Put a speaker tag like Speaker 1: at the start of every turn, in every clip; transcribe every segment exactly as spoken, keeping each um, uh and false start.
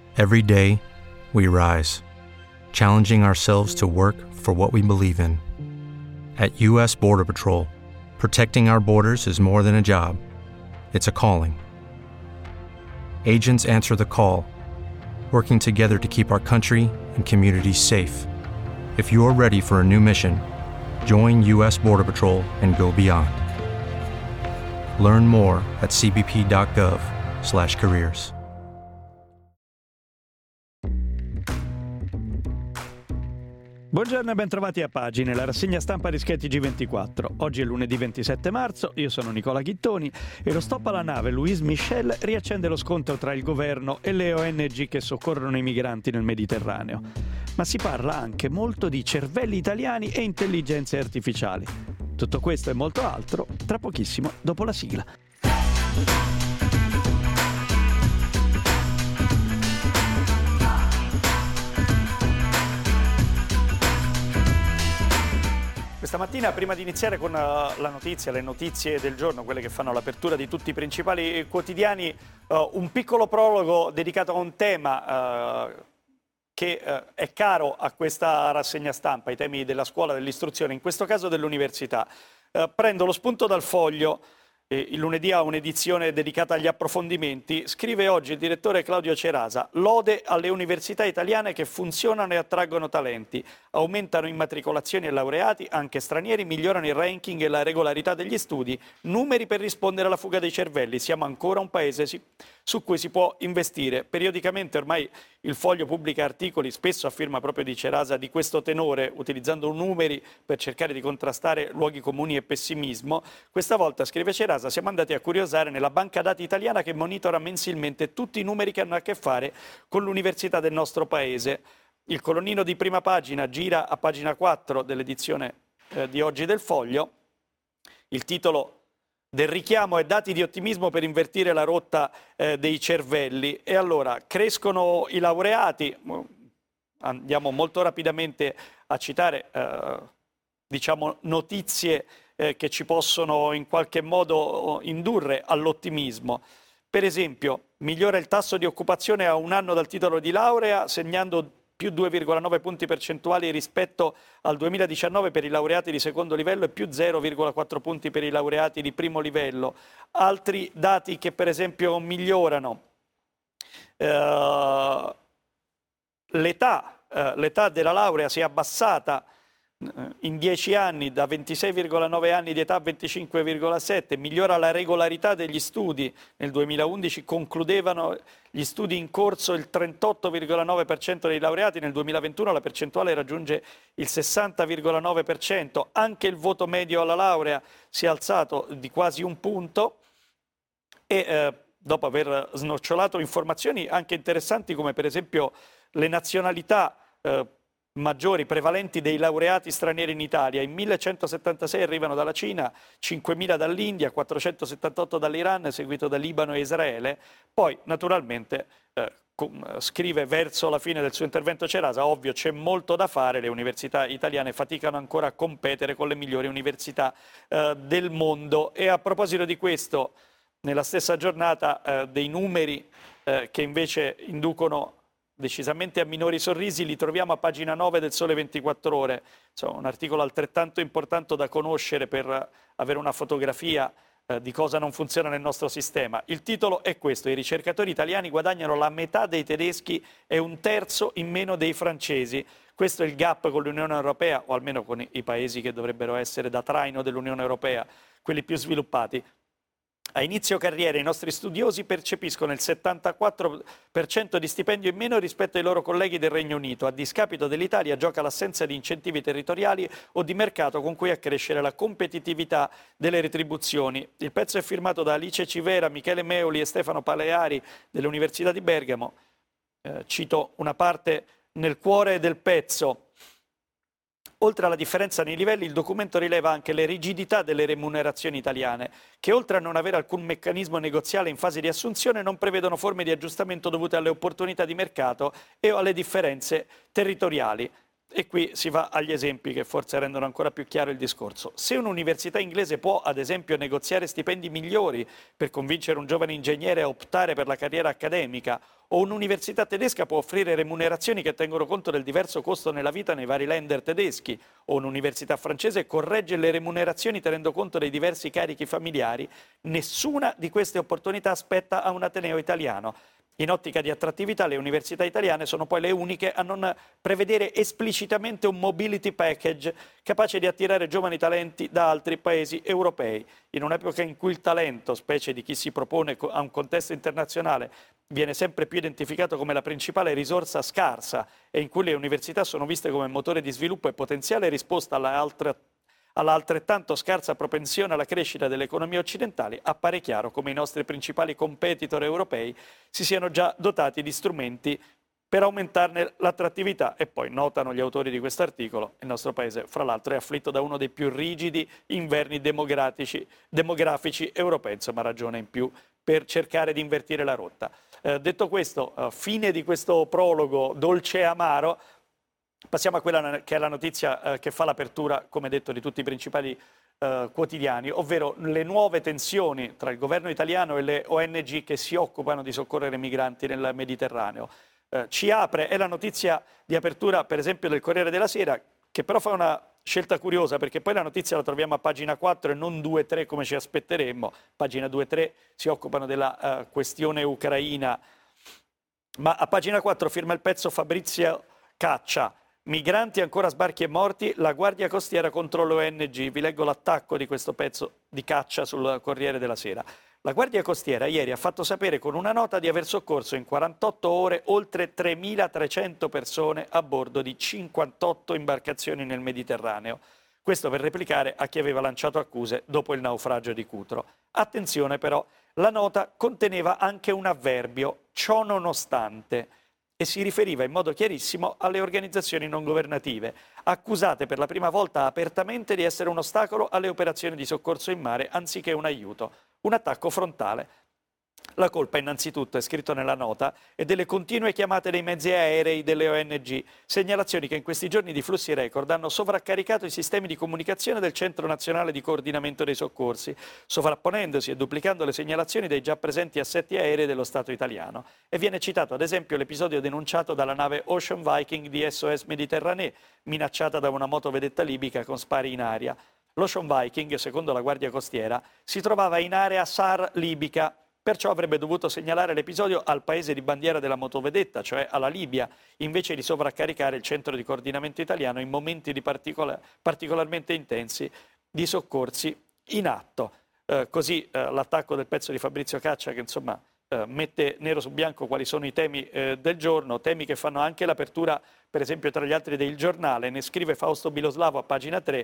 Speaker 1: Every day, we rise, challenging ourselves to work for what we believe in. At U S Border Patrol, protecting our borders is more than a job, it's a calling. Agents answer the call, working together to keep our country and communities safe. If you are ready for a new mission, join U S Border Patrol and go beyond. Learn more at c b p dot gov slash careers.
Speaker 2: Buongiorno e bentrovati a Pagine, la rassegna stampa di Sky T G ventiquattro. Oggi è lunedì ventisette marzo, io sono Nicola Ghittoni e lo stop alla nave Louis Michel riaccende lo scontro tra il governo e le O N G che soccorrono i migranti nel Mediterraneo. Ma si parla anche molto di cervelli italiani e intelligenze artificiali. Tutto questo e molto altro tra pochissimo dopo la sigla. Questa mattina, prima di iniziare con uh, la notizia, le notizie del giorno, quelle che fanno l'apertura di tutti i principali quotidiani, uh, un piccolo prologo dedicato a un tema uh, che uh, è caro a questa rassegna stampa, i temi della scuola, dell'istruzione, in questo caso dell'università. Uh, prendo lo spunto dal Foglio. Il lunedì ha un'edizione dedicata agli approfondimenti. Scrive oggi il direttore Claudio Cerasa: lode alle università italiane che funzionano e attraggono talenti, aumentano immatricolazioni e laureati, anche stranieri, migliorano il ranking e la regolarità degli studi, numeri per rispondere alla fuga dei cervelli. Siamo ancora un paese su cui si può investire. Periodicamente ormai il Foglio pubblica articoli, spesso a firma proprio di Cerasa, di questo tenore, utilizzando numeri per cercare di contrastare luoghi comuni e pessimismo. Questa volta, scrive Cerasa, siamo andati a curiosare nella banca dati italiana che monitora mensilmente tutti i numeri che hanno a che fare con l'università del nostro paese. Il colonnino di prima pagina gira a pagina quattro dell'edizione eh, di oggi del Foglio. Il titolo del richiamo è dati di ottimismo per invertire la rotta eh, dei cervelli. E allora, crescono i laureati, andiamo molto rapidamente a citare eh, diciamo notizie eh, che ci possono in qualche modo indurre all'ottimismo. Per esempio, migliora il tasso di occupazione a un anno dal titolo di laurea, segnando più due virgola nove punti percentuali rispetto al duemiladiciannove per i laureati di secondo livello e più zero virgola quattro punti per i laureati di primo livello. Altri dati che per esempio migliorano: eh, l'età, eh, l'età della laurea si è abbassata in dieci anni da ventisei virgola nove anni di età a venticinque virgola sette, migliora la regolarità degli studi. Nel duemilaundici concludevano gli studi in corso il trentotto virgola nove per cento dei laureati, nel duemilaventuno la percentuale raggiunge il sessanta virgola nove per cento. Anche il voto medio alla laurea si è alzato di quasi un punto e eh, dopo aver snocciolato informazioni anche interessanti come per esempio le nazionalità eh, maggiori prevalenti dei laureati stranieri in Italia, in millecentosettantasei arrivano dalla Cina, cinquemila dall'India, quattrocentosettantotto dall'Iran, seguito da Libano e Israele. Poi naturalmente eh, scrive verso la fine del suo intervento Cerasa: ovvio c'è molto da fare, le università italiane faticano ancora a competere con le migliori università eh, del mondo. E a proposito di questo, nella stessa giornata eh, dei numeri eh, che invece inducono decisamente a minori sorrisi li troviamo a pagina nove del Sole ventiquattro Ore, insomma, un articolo altrettanto importante da conoscere per avere una fotografia eh, di cosa non funziona nel nostro sistema. Il titolo è questo: i ricercatori italiani guadagnano la metà dei tedeschi e un terzo in meno dei francesi. Questo è il gap con l'Unione Europea, o almeno con i paesi che dovrebbero essere da traino dell'Unione Europea, quelli più sviluppati. A inizio carriera i nostri studiosi percepiscono il settantaquattro per cento di stipendio in meno rispetto ai loro colleghi del Regno Unito. A discapito dell'Italia gioca l'assenza di incentivi territoriali o di mercato con cui accrescere la competitività delle retribuzioni. Il pezzo è firmato da Alice Civera, Michele Meoli e Stefano Paleari dell'Università di Bergamo. Eh, cito una parte nel cuore del pezzo. Oltre alla differenza nei livelli, il documento rileva anche le rigidità delle remunerazioni italiane, che oltre a non avere alcun meccanismo negoziale in fase di assunzione, non prevedono forme di aggiustamento dovute alle opportunità di mercato e alle differenze territoriali. E qui si va agli esempi che forse rendono ancora più chiaro il discorso. Se un'università inglese può, ad esempio, negoziare stipendi migliori per convincere un giovane ingegnere a optare per la carriera accademica, o un'università tedesca può offrire remunerazioni che tengono conto del diverso costo nella vita nei vari Länder tedeschi, o un'università francese corregge le remunerazioni tenendo conto dei diversi carichi familiari. Nessuna di queste opportunità spetta a un ateneo italiano. In ottica di attrattività, le università italiane sono poi le uniche a non prevedere esplicitamente un mobility package capace di attirare giovani talenti da altri paesi europei. In un'epoca in cui il talento, specie di chi si propone a un contesto internazionale, viene sempre più identificato come la principale risorsa scarsa e in cui le università sono viste come motore di sviluppo e potenziale risposta alla altra alla altrettanto scarsa propensione alla crescita delle economie occidentali, appare chiaro come i nostri principali competitor europei si siano già dotati di strumenti per aumentarne l'attrattività. E poi notano gli autori di questo articolo, il nostro paese fra l'altro è afflitto da uno dei più rigidi inverni demografici, demografici europei, insomma ragione in più per cercare di invertire la rotta. Eh, detto questo, eh, fine di questo prologo dolce e amaro. Passiamo a quella che è la notizia eh, che fa l'apertura, come detto, di tutti i principali eh, quotidiani, ovvero le nuove tensioni tra il governo italiano e le O N G che si occupano di soccorrere migranti nel Mediterraneo. Eh, ci apre, è la notizia di apertura, per esempio, del Corriere della Sera, che però fa una scelta curiosa, perché poi la notizia la troviamo a pagina quattro e non due tre come ci aspetteremmo. Pagina due e tre si occupano della eh, questione ucraina, ma a pagina quattro firma il pezzo Fabrizio Caccia. Migranti, ancora sbarchi e morti, la Guardia Costiera contro l'O N G. Vi leggo l'attacco di questo pezzo di Caccia sul Corriere della Sera. La Guardia Costiera ieri ha fatto sapere con una nota di aver soccorso in quarantotto ore oltre tremilatrecento persone a bordo di cinquantotto imbarcazioni nel Mediterraneo. Questo per replicare a chi aveva lanciato accuse dopo il naufragio di Cutro. Attenzione però, la nota conteneva anche un avverbio, ciò nonostante, e si riferiva in modo chiarissimo alle organizzazioni non governative, accusate per la prima volta apertamente di essere un ostacolo alle operazioni di soccorso in mare anziché un aiuto, un attacco frontale. La colpa innanzitutto, è scritto nella nota, è delle continue chiamate dei mezzi aerei delle O N G, segnalazioni che in questi giorni di flussi record hanno sovraccaricato i sistemi di comunicazione del Centro Nazionale di Coordinamento dei Soccorsi, sovrapponendosi e duplicando le segnalazioni dei già presenti assetti aerei dello Stato italiano. E viene citato ad esempio l'episodio denunciato dalla nave Ocean Viking di S O S Mediterranee, minacciata da una motovedetta libica con spari in aria. L'Ocean Viking, secondo la Guardia Costiera, si trovava in area S A R libica, perciò avrebbe dovuto segnalare l'episodio al paese di bandiera della motovedetta, cioè alla Libia, invece di sovraccaricare il centro di coordinamento italiano in momenti di particola- particolarmente intensi di soccorsi in atto. Eh, così eh, l'attacco del pezzo di Fabrizio Caccia, che insomma eh, mette nero su bianco quali sono i temi eh, del giorno, temi che fanno anche l'apertura, per esempio, tra gli altri del Giornale. Ne scrive Fausto Biloslavo a pagina tre.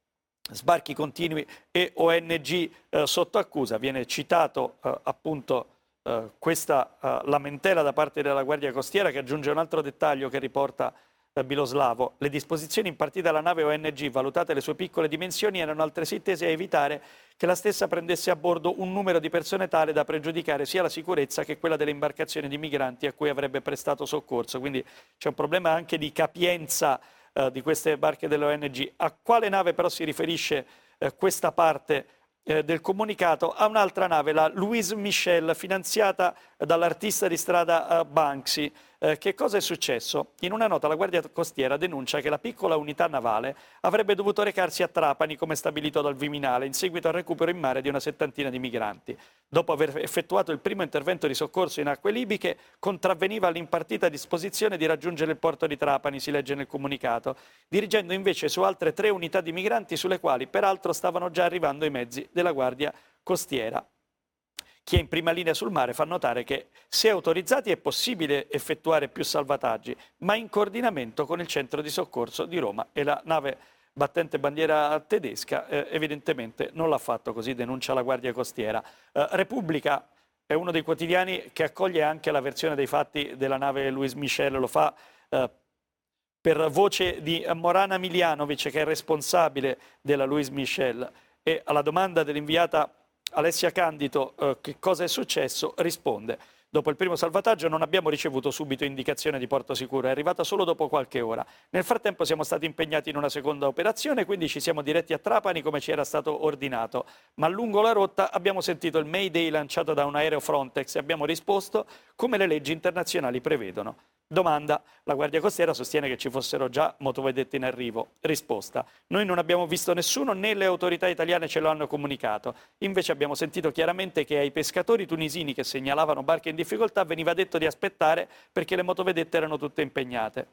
Speaker 2: Sbarchi continui e O N G eh, sotto accusa. Viene citato eh, appunto eh, questa eh, lamentela da parte della Guardia Costiera, che aggiunge un altro dettaglio che riporta eh, Biloslavo. Le disposizioni impartite alla nave O N G, valutate le sue piccole dimensioni, erano altresì tese a evitare che la stessa prendesse a bordo un numero di persone tale da pregiudicare sia la sicurezza che quella delle imbarcazioni di migranti a cui avrebbe prestato soccorso. Quindi c'è un problema anche di capienza Uh, di queste barche dell'O N G. A quale nave però si riferisce uh, questa parte uh, del comunicato? A un'altra nave, la Louise Michel, finanziata uh, dall'artista di strada uh, Banksy. Uh, che cosa è successo? In una nota la Guardia Costiera denuncia che la piccola unità navale avrebbe dovuto recarsi a Trapani, come stabilito dal Viminale, in seguito al recupero in mare di una settantina di migranti. Dopo aver effettuato il primo intervento di soccorso in acque libiche, contravveniva all'impartita disposizione di raggiungere il porto di Trapani, si legge nel comunicato, dirigendo invece su altre tre unità di migranti sulle quali peraltro stavano già arrivando i mezzi della Guardia Costiera. Chi è in prima linea sul mare fa notare che, se autorizzati, è possibile effettuare più salvataggi, ma in coordinamento con il centro di soccorso di Roma, e la nave battente bandiera tedesca eh, evidentemente non l'ha fatto, così denuncia la Guardia Costiera. Eh, Repubblica è uno dei quotidiani che accoglie anche la versione dei fatti della nave Louise Michel, lo fa eh, per voce di Morana Miljanovic, che è responsabile della Louise Michel, e alla domanda dell'inviata Alessia Candido eh, che cosa è successo risponde: Dopo il primo salvataggio non abbiamo ricevuto subito indicazione di porto sicuro, è arrivata solo dopo qualche ora. Nel frattempo siamo stati impegnati in una seconda operazione, quindi ci siamo diretti a Trapani come ci era stato ordinato, ma lungo la rotta abbiamo sentito il Mayday lanciato da un aereo Frontex e abbiamo risposto come le leggi internazionali prevedono. Domanda: la Guardia Costiera sostiene che ci fossero già motovedette in arrivo. Risposta: noi non abbiamo visto nessuno, né le autorità italiane ce lo hanno comunicato. Invece abbiamo sentito chiaramente che ai pescatori tunisini che segnalavano barche in difficoltà veniva detto di aspettare perché le motovedette erano tutte impegnate.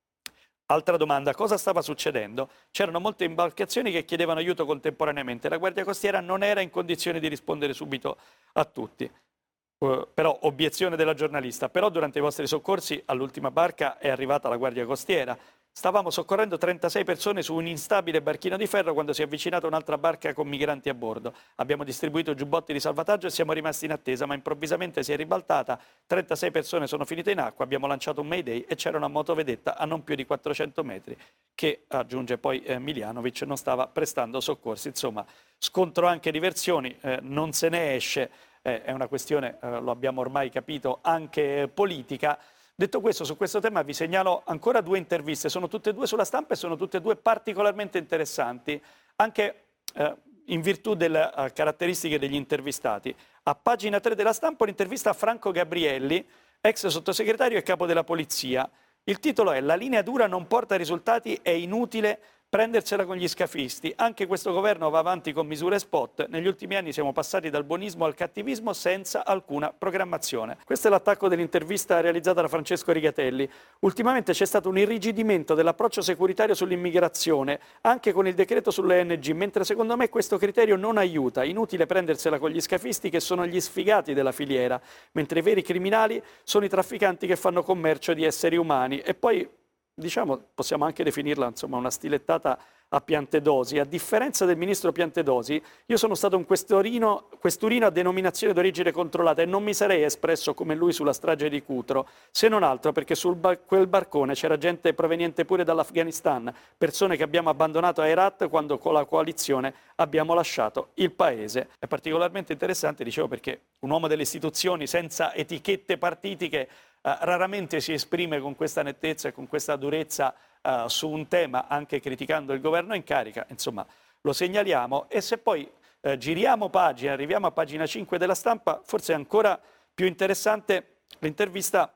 Speaker 2: Altra domanda: cosa stava succedendo? C'erano molte imbarcazioni che chiedevano aiuto contemporaneamente. La Guardia Costiera non era in condizione di rispondere subito a tutti. Uh, però, obiezione della giornalista, però durante i vostri soccorsi all'ultima barca è arrivata la Guardia Costiera. Stavamo soccorrendo trentasei persone su un instabile barchino di ferro quando si è avvicinata un'altra barca con migranti a bordo. Abbiamo distribuito giubbotti di salvataggio e siamo rimasti in attesa, ma improvvisamente si è ribaltata, trentasei persone sono finite in acqua, abbiamo lanciato un Mayday e c'era una motovedetta a non più di quattrocento metri che, aggiunge poi eh, Miljanovic, non stava prestando soccorsi. Insomma, scontro anche di versioni, eh, non se ne esce. Eh, è una questione, eh, lo abbiamo ormai capito, anche politica. Detto questo, su questo tema vi segnalo ancora due interviste, sono tutte e due sulla Stampa e sono tutte e due particolarmente interessanti, anche eh, in virtù delle uh, caratteristiche degli intervistati. A pagina tre della Stampa un'intervista a Franco Gabrielli, ex sottosegretario e capo della Polizia. Il titolo è: la linea dura non porta risultati, è inutile prendersela con gli scafisti. Anche questo governo va avanti con misure spot. Negli ultimi anni siamo passati dal buonismo al cattivismo senza alcuna programmazione. Questo è l'attacco dell'intervista realizzata da Francesco Rigatelli. Ultimamente c'è stato un irrigidimento dell'approccio securitario sull'immigrazione, anche con il decreto sulle O N G, mentre secondo me questo criterio non aiuta. Inutile prendersela con gli scafisti che sono gli sfigati della filiera, mentre i veri criminali sono i trafficanti che fanno commercio di esseri umani. E poi, diciamo, possiamo anche definirla insomma una stilettata a Piantedosi. A differenza del ministro Piantedosi, io sono stato un questurino, questurino a denominazione d'origine controllata e non mi sarei espresso come lui sulla strage di Cutro, se non altro perché su bar- quel barcone c'era gente proveniente pure dall'Afghanistan, persone che abbiamo abbandonato a Herat quando con la coalizione abbiamo lasciato il paese. È particolarmente interessante, dicevo, perché un uomo delle istituzioni senza etichette partitiche Uh, raramente si esprime con questa nettezza e con questa durezza uh, su un tema, anche criticando il governo in carica. Insomma, lo segnaliamo. E se poi uh, giriamo pagina, arriviamo a pagina cinque della Stampa, forse è ancora più interessante l'intervista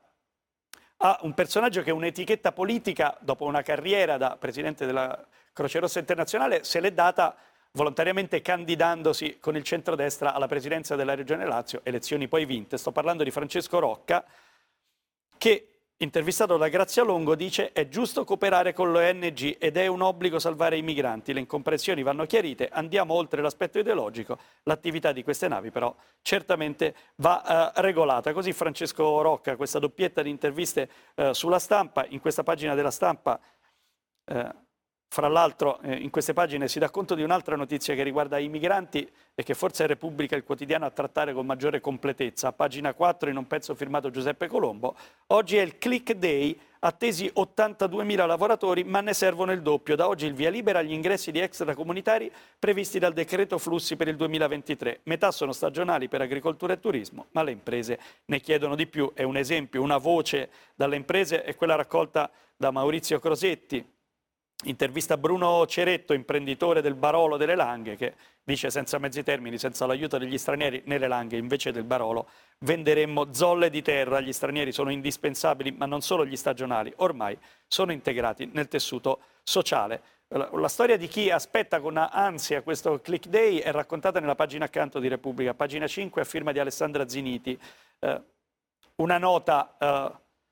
Speaker 2: a un personaggio che un'etichetta politica, dopo una carriera da presidente della Croce Rossa Internazionale, se l'è data volontariamente candidandosi con il centrodestra alla presidenza della Regione Lazio, elezioni poi vinte. Sto parlando di Francesco Rocca, che, intervistato da Grazia Longo, dice: è giusto cooperare con l'O N G ed è un obbligo salvare i migranti, le incomprensioni vanno chiarite, andiamo oltre l'aspetto ideologico, l'attività di queste navi però certamente va uh, regolata. Così Francesco Rocca, questa doppietta di interviste uh, sulla Stampa. In questa pagina della Stampa, uh, fra l'altro, eh, in queste pagine si dà conto di un'altra notizia che riguarda i migranti e che forse è Repubblica, il quotidiano, a trattare con maggiore completezza. A pagina quattro, in un pezzo firmato Giuseppe Colombo, oggi è il click day, attesi ottantaduemila lavoratori, ma ne servono il doppio. Da oggi il via libera agli ingressi di extracomunitari previsti dal decreto flussi per il duemilaventitré. Metà sono stagionali per agricoltura e turismo, ma le imprese ne chiedono di più. È un esempio, una voce dalle imprese è quella raccolta da Maurizio Crosetti. Intervista a Bruno Ceretto, imprenditore del Barolo delle Langhe, che dice: senza mezzi termini, senza l'aiuto degli stranieri nelle Langhe, invece del Barolo, venderemmo zolle di terra. Gli stranieri sono indispensabili, ma non solo gli stagionali, ormai sono integrati nel tessuto sociale. La, la storia di chi aspetta con ansia questo click day è raccontata nella pagina accanto di Repubblica, pagina cinque, a firma di Alessandra Ziniti. Eh, una nota, eh,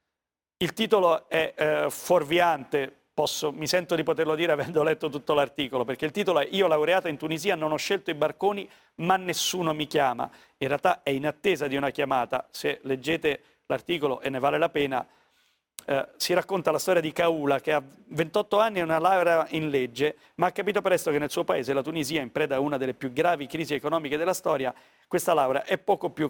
Speaker 2: il titolo è eh, fuorviante. Posso, mi sento di poterlo dire avendo letto tutto l'articolo, perché il titolo è: io laureata in Tunisia non ho scelto i barconi ma nessuno mi chiama. In realtà è in attesa di una chiamata. Se leggete l'articolo, e ne vale la pena, eh, si racconta la storia di Kaula, che ha ventotto anni e una laurea in legge, ma ha capito presto che nel suo paese, la Tunisia, in preda a una delle più gravi crisi economiche della storia, questa laurea è poco più che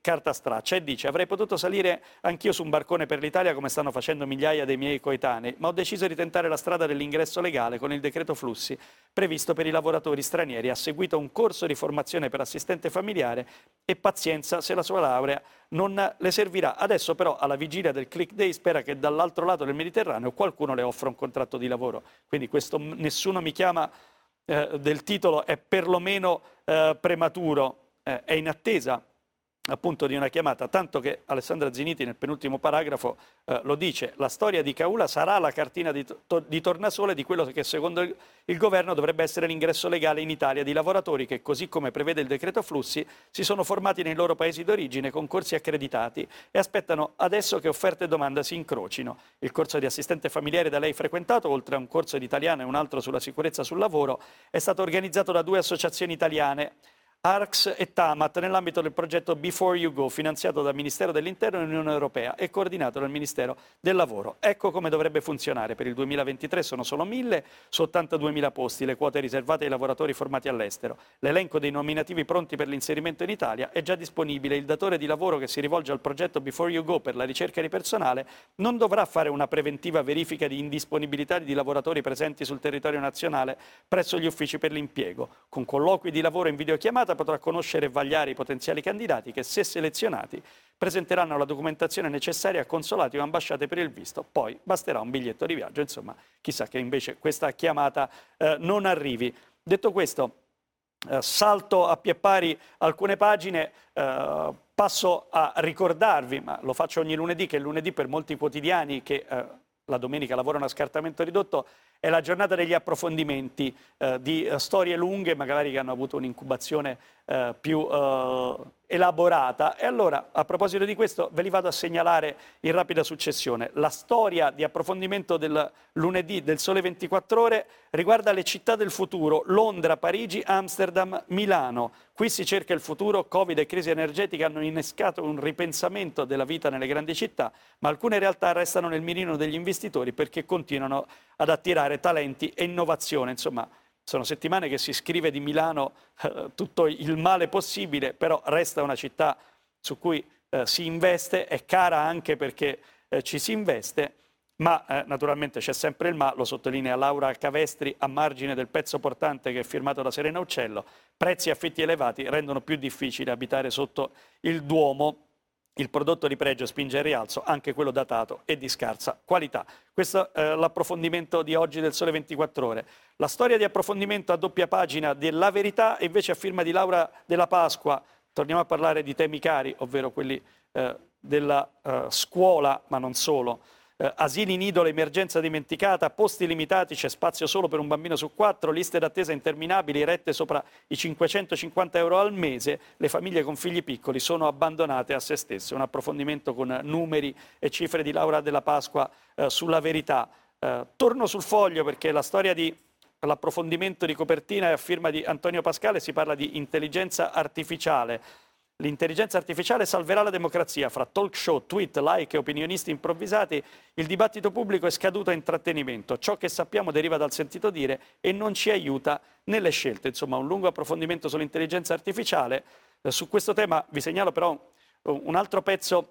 Speaker 2: carta straccia e dice: avrei potuto salire anch'io su un barcone per l'Italia come stanno facendo migliaia dei miei coetanei, ma ho deciso di tentare la strada dell'ingresso legale con il decreto flussi previsto per i lavoratori stranieri. Ha seguito un corso di formazione per assistente familiare e pazienza se la sua laurea non le servirà. Adesso però, alla vigilia del click day, spera che dall'altro lato del Mediterraneo qualcuno le offra un contratto di lavoro. Quindi questo nessuno mi chiama eh, del titolo è perlomeno eh, prematuro, eh, è in attesa appunto di una chiamata, tanto che Alessandra Ziniti nel penultimo paragrafo eh, lo dice: la storia di Caula sarà la cartina di, to di tornasole di quello che secondo il, il governo dovrebbe essere l'ingresso legale in Italia di lavoratori che, così come prevede il decreto flussi, si sono formati nei loro paesi d'origine con corsi accreditati e aspettano adesso che offerta e domanda si incrocino. Il corso di assistente familiare da lei frequentato, oltre a un corso di italiano e un altro sulla sicurezza sul lavoro, è stato organizzato da due associazioni italiane, Arcs e Tamat, nell'ambito del progetto Before You Go, finanziato dal Ministero dell'Interno e dall'Unione Europea e coordinato dal Ministero del Lavoro. Ecco come dovrebbe funzionare. Per il duemilaventitré sono solo mille su ottantaduemila posti le quote riservate ai lavoratori formati all'estero. L'elenco dei nominativi pronti per l'inserimento in Italia è già disponibile. Il datore di lavoro che si rivolge al progetto Before You Go per la ricerca di personale non dovrà fare una preventiva verifica di indisponibilità di lavoratori presenti sul territorio nazionale presso gli uffici per l'impiego. Con colloqui di lavoro in videochiamata potrà conoscere e vagliare i potenziali candidati che, se selezionati, presenteranno la documentazione necessaria a consolati o ambasciate per il visto. Poi basterà un biglietto di viaggio. Insomma, chissà che invece questa chiamata eh, non arrivi. Detto questo, eh, salto a pie pari alcune pagine, eh, passo a ricordarvi, ma lo faccio ogni lunedì, che il lunedì per molti quotidiani che eh, la domenica lavorano a scartamento ridotto è la giornata degli approfondimenti eh, di eh, storie lunghe, magari che hanno avuto un'incubazione eh, più eh, elaborata. E allora, a proposito di questo, ve li vado a segnalare in rapida successione. La storia di approfondimento del lunedì del Sole ventiquattro Ore riguarda le città del futuro: Londra, Parigi, Amsterdam, Milano. Qui si cerca il futuro. Covid e crisi energetica hanno innescato un ripensamento della vita nelle grandi città, ma alcune realtà restano nel mirino degli investitori perché continuano ad attirare talenti e innovazione. Insomma, sono settimane che si scrive di Milano eh, tutto il male possibile, però resta una città su cui eh, si investe, è cara anche perché eh, ci si investe, ma eh, naturalmente c'è sempre il ma, lo sottolinea Laura Cavestri a margine del pezzo portante che è firmato da Serena Uccello: prezzi e affitti elevati rendono più difficile abitare sotto il Duomo. Il prodotto di pregio spinge al rialzo, anche quello datato e di scarsa qualità. Questo è eh, l'approfondimento di oggi del Sole ventiquattro Ore. La storia di approfondimento a doppia pagina della Verità è invece a firma di Laura Della Pasqua. Torniamo a parlare di temi cari, ovvero quelli eh, della eh, scuola, ma non solo. Eh, asili nido, l'emergenza dimenticata, posti limitati, c'è spazio solo per un bambino su quattro, liste d'attesa interminabili, rette sopra i cinquecentocinquanta euro al mese, le famiglie con figli piccoli sono abbandonate a se stesse. Un approfondimento con numeri e cifre di Laura Della Pasqua eh, sulla Verità. Eh, torno sul Foglio perché la storia di l'approfondimento di copertina è a firma di Antonio Pascale, si parla di intelligenza artificiale. L'intelligenza artificiale salverà la democrazia. Fra talk show, tweet, like e opinionisti improvvisati, il dibattito pubblico è scaduto a intrattenimento. Ciò che sappiamo deriva dal sentito dire e non ci aiuta nelle scelte. Insomma, un lungo approfondimento sull'intelligenza artificiale. Eh, su questo tema vi segnalo però un altro pezzo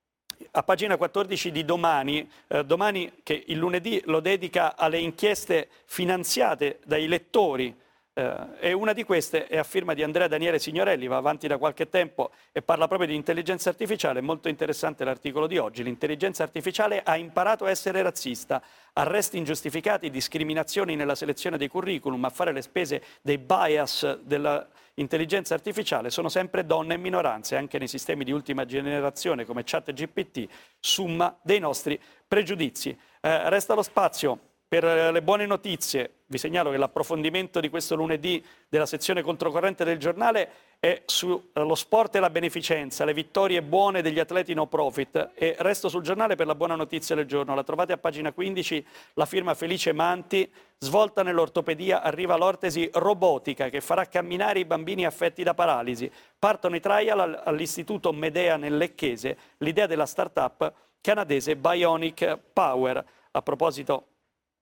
Speaker 2: a pagina quattordici di Domani, eh, Domani che il lunedì lo dedica alle inchieste finanziate dai lettori. Eh, e una di queste è a firma di Andrea Daniele Signorelli, va avanti da qualche tempo e parla proprio di intelligenza artificiale. È molto interessante l'articolo di oggi. L'intelligenza artificiale ha imparato a essere razzista, arresti ingiustificati, discriminazioni nella selezione dei curriculum, a fare le spese dei bias dell'intelligenza artificiale sono sempre donne e minoranze, anche nei sistemi di ultima generazione come ChatGPT, summa dei nostri pregiudizi. Eh, resta lo spazio per le buone notizie. Vi segnalo che l'approfondimento di questo lunedì della sezione controcorrente del giornale è sullo sport e la beneficenza, le vittorie buone degli atleti no profit. E resto sul giornale per la buona notizia del giorno. La trovate a pagina quindici, la firma Felice Manti. Svolta nell'ortopedia, arriva l'ortesi robotica che farà camminare i bambini affetti da paralisi. Partono i trial all'istituto Medea nel Lecchese, l'idea della start-up canadese Bionic Power. A proposito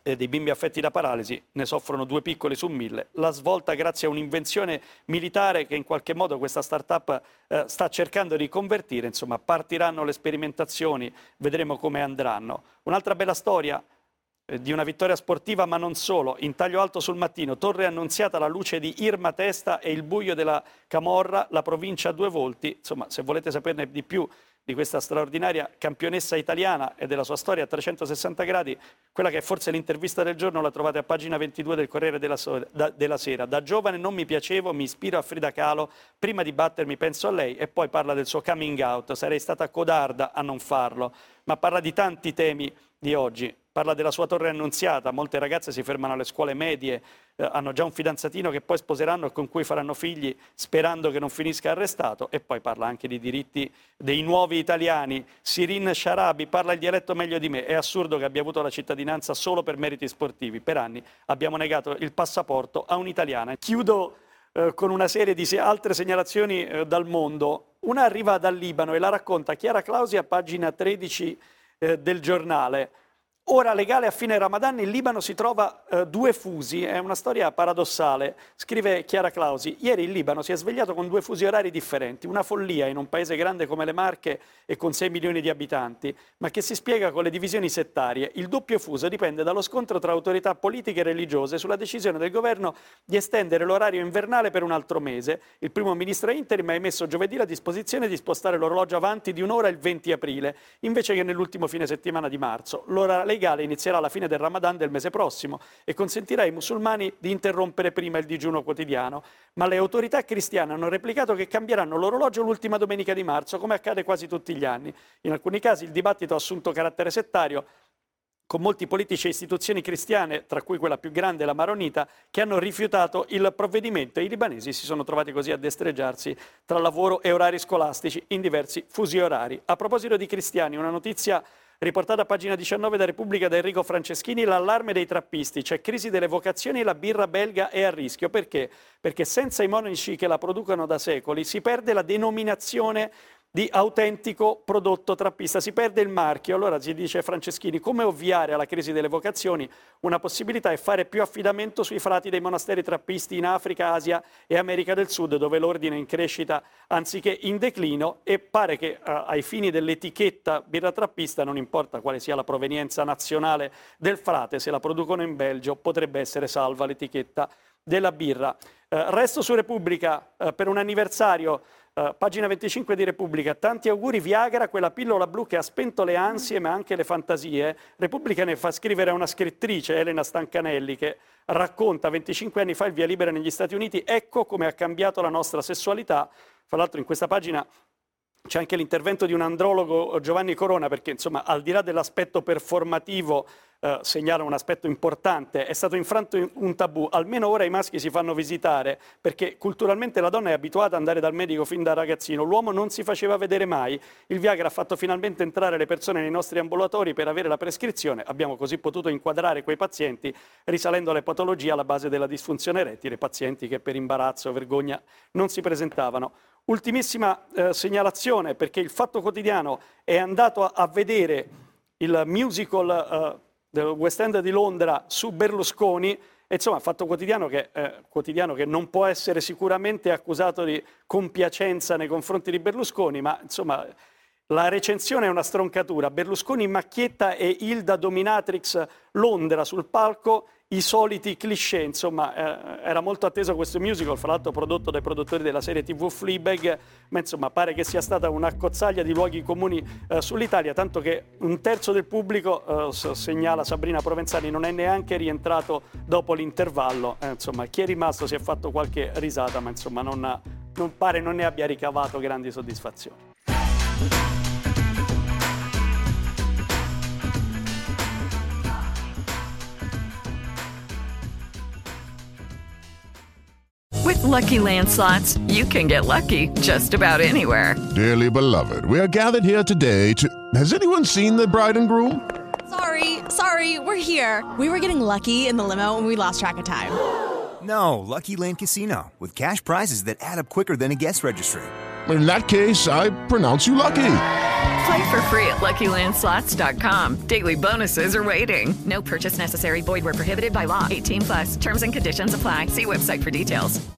Speaker 2: dei bimbi affetti da paralisi ne soffrono due piccoli su mille. La svolta grazie a un'invenzione militare che in qualche modo questa startup eh, sta cercando di convertire. Insomma, partiranno le sperimentazioni, vedremo come andranno. Un'altra bella storia eh, di una vittoria sportiva, ma non solo. In taglio alto sul Mattino, Torre Annunziata, la luce di Irma Testa e il buio della Camorra, la provincia a due volti. Insomma, se volete saperne di più di questa straordinaria campionessa italiana e della sua storia a trecentosessanta gradi, quella che è forse l'intervista del giorno la trovate a pagina ventidue del Corriere della, so- da- della Sera. Da giovane non mi piacevo, mi ispiro a Frida Kahlo, prima di battermi penso a lei, e poi parla del suo coming out, sarei stata codarda a non farlo, ma parla di tanti temi di oggi. Parla della sua Torre Annunziata, molte ragazze si fermano alle scuole medie, eh, hanno già un fidanzatino che poi sposeranno e con cui faranno figli sperando che non finisca arrestato, e poi parla anche di diritti dei nuovi italiani. Sirin Sharabi parla il dialetto meglio di me, è assurdo che abbia avuto la cittadinanza solo per meriti sportivi, per anni abbiamo negato il passaporto a un'italiana. Chiudo eh, con una serie di se- altre segnalazioni eh, dal mondo. Una arriva dal Libano e la racconta Chiara Clausi a pagina tredici eh, del giornale. Ora legale a fine Ramadan, in Libano si trova eh, due fusi, è una storia paradossale, scrive Chiara Clausi. Ieri il Libano si è svegliato con due fusi orari differenti, una follia in un paese grande come le Marche e con sei milioni di abitanti, ma che si spiega con le divisioni settarie. Il doppio fuso dipende dallo scontro tra autorità politiche e religiose sulla decisione del governo di estendere l'orario invernale per un altro mese. Il primo ministro interim ha emesso giovedì la disposizione di spostare l'orologio avanti di un'ora il venti aprile, invece che nell'ultimo fine settimana di marzo. L'ora legale inizierà alla fine del Ramadan del mese prossimo e consentirà ai musulmani di interrompere prima il digiuno quotidiano, ma le autorità cristiane hanno replicato che cambieranno l'orologio l'ultima domenica di marzo, come accade quasi tutti gli anni. In alcuni casi il dibattito ha assunto carattere settario, con molti politici e istituzioni cristiane, tra cui quella più grande, la Maronita, che hanno rifiutato il provvedimento, e i libanesi si sono trovati così a destreggiarsi tra lavoro e orari scolastici in diversi fusi orari. A proposito di cristiani, una notizia riportata a pagina diciannove da Repubblica da Enrico Franceschini, l'allarme dei trappisti, c'è crisi delle vocazioni e la birra belga è a rischio. Perché? Perché senza i monaci che la producono da secoli si perde la denominazione di autentico prodotto trappista, si perde il marchio. Allora si dice Franceschini, come ovviare alla crisi delle vocazioni? Una possibilità è fare più affidamento sui frati dei monasteri trappisti in Africa, Asia e America del Sud, dove l'ordine è in crescita anziché in declino, e pare che uh, ai fini dell'etichetta birra trappista non importa quale sia la provenienza nazionale del frate, se la producono in Belgio potrebbe essere salva l'etichetta della birra. Uh, resto su Repubblica uh, per un anniversario. Uh, pagina venticinque di Repubblica, tanti auguri Viagra, quella pillola blu che ha spento le ansie ma anche le fantasie. Repubblica ne fa scrivere a una scrittrice, Elena Stancanelli, che racconta venticinque anni fa il via libera negli Stati Uniti, ecco come ha cambiato la nostra sessualità. Fra l'altro in questa pagina c'è anche l'intervento di un andrologo, Giovanni Corona, perché insomma al di là dell'aspetto performativo eh, segnala un aspetto importante, è stato infranto un tabù, almeno ora i maschi si fanno visitare, perché culturalmente la donna è abituata ad andare dal medico fin da ragazzino, l'uomo non si faceva vedere mai, il Viagra ha fatto finalmente entrare le persone nei nostri ambulatori per avere la prescrizione, abbiamo così potuto inquadrare quei pazienti risalendo alle patologie alla base della disfunzione erettile, pazienti che per imbarazzo o vergogna non si presentavano. Ultimissima eh, segnalazione, perché il Fatto Quotidiano è andato a, a vedere il musical eh, del West End di Londra su Berlusconi, e insomma Fatto Quotidiano che, eh, quotidiano che non può essere sicuramente accusato di compiacenza nei confronti di Berlusconi, ma insomma la recensione è una stroncatura. Berlusconi in macchietta e Hilda Dominatrix Londra sul palco, i soliti cliché, insomma eh, era molto atteso questo musical, fra l'altro prodotto dai produttori della serie tivù Fleabag, ma insomma pare che sia stata un'accozzaglia di luoghi comuni eh, sull'Italia, tanto che un terzo del pubblico, eh, segnala Sabrina Provenzani, non è neanche rientrato dopo l'intervallo, eh, insomma chi è rimasto si è fatto qualche risata, ma insomma non, non pare non ne abbia ricavato grandi soddisfazioni.
Speaker 3: With Lucky Land Slots, you can get lucky just about anywhere.
Speaker 4: Dearly beloved, we are gathered here today to... Has anyone seen the bride and groom?
Speaker 5: Sorry, sorry, we're here. We were getting lucky in the limo and we lost track of time.
Speaker 6: No, Lucky Land Casino, with cash prizes that add up quicker than a guest registry.
Speaker 4: In that case, I pronounce you lucky.
Speaker 3: Play for free at Lucky Land Slots dot com. Daily bonuses are waiting. No purchase necessary. Void where prohibited by law. eighteen plus. Terms and conditions apply. See website for details.